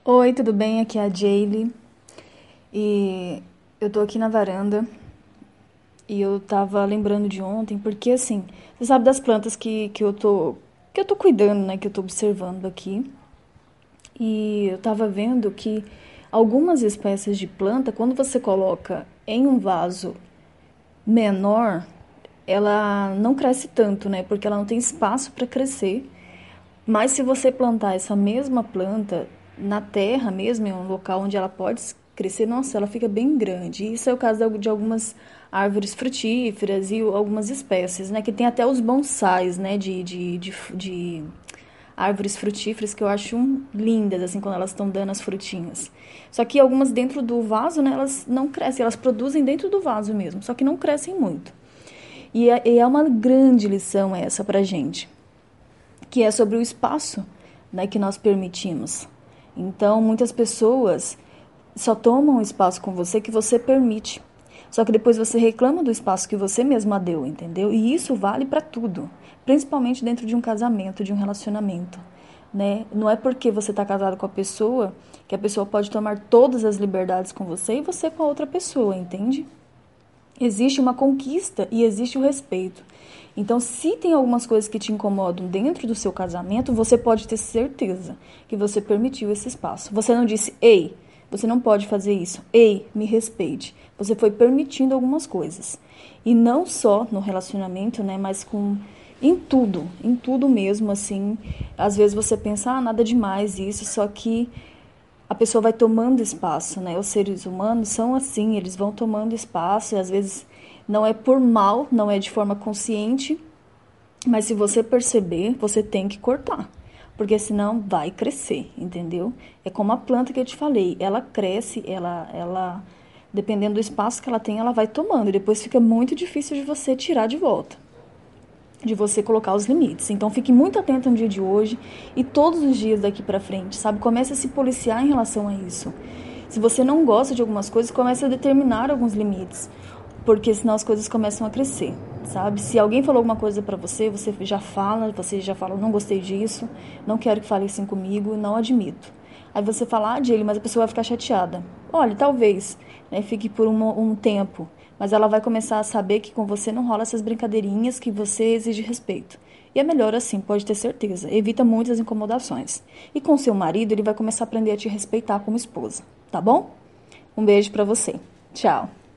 Oi, tudo bem? Aqui é a Jaylee e eu tô aqui na varanda e eu tava lembrando de ontem, porque assim, você sabe das plantas que eu tô cuidando, né, que eu tô observando aqui. E eu tava vendo que algumas espécies de planta, quando você coloca em um vaso menor, ela não cresce tanto, né? Porque ela não tem espaço para crescer. Mas se você plantar essa mesma planta na terra mesmo, em um local onde ela pode crescer, nossa, ela fica bem grande. E isso é o caso de algumas árvores frutíferas e algumas espécies, né? Que tem até os bonsais, né? De árvores frutíferas que eu acho lindas, assim, quando elas estão dando as frutinhas. Só que algumas dentro do vaso, né? Elas não crescem, elas produzem dentro do vaso mesmo, só que não crescem muito. E é uma grande lição essa pra gente, que é sobre o espaço, né, que nós permitimos. Então, muitas pessoas só tomam o espaço com você que você permite. Só que depois você reclama do espaço que você mesma deu, entendeu? E isso vale para tudo, principalmente dentro de um casamento, de um relacionamento, né? Não é porque você está casado com a pessoa que a pessoa pode tomar todas as liberdades com você e você com a outra pessoa, entende? Existe uma conquista e existe o respeito. Então, se tem algumas coisas que te incomodam dentro do seu casamento, você pode ter certeza que você permitiu esse espaço. Você não disse, ei, você não pode fazer isso. Ei, me respeite. Você foi permitindo algumas coisas. E não só no relacionamento, né, mas em tudo mesmo, assim. Às vezes você pensa, nada demais isso, só que a pessoa vai tomando espaço, né? Os seres humanos são assim, eles vão tomando espaço e às vezes não é por mal, não é de forma consciente, mas se você perceber, você tem que cortar, porque senão vai crescer, entendeu? É como a planta que eu te falei, ela cresce, ela dependendo do espaço que ela tem, ela vai tomando e depois fica muito difícil de você tirar de volta, de você colocar os limites. Então fique muito atento no dia de hoje e todos os dias daqui para frente, sabe? Comece a se policiar em relação a isso. Se você não gosta de algumas coisas, comece a determinar alguns limites, porque senão as coisas começam a crescer, sabe? Se alguém falou alguma coisa para você já fala, não gostei disso, não quero que fale assim comigo, não admito. Aí você fala, Jaylee, mas a pessoa vai ficar chateada. Olha, talvez, né, fique por um tempo, mas ela vai começar a saber que com você não rola essas brincadeirinhas que você exige respeito. E é melhor assim, pode ter certeza. Evita muitas incomodações. E com seu marido, ele vai começar a aprender a te respeitar como esposa, tá bom? Um beijo pra você. Tchau.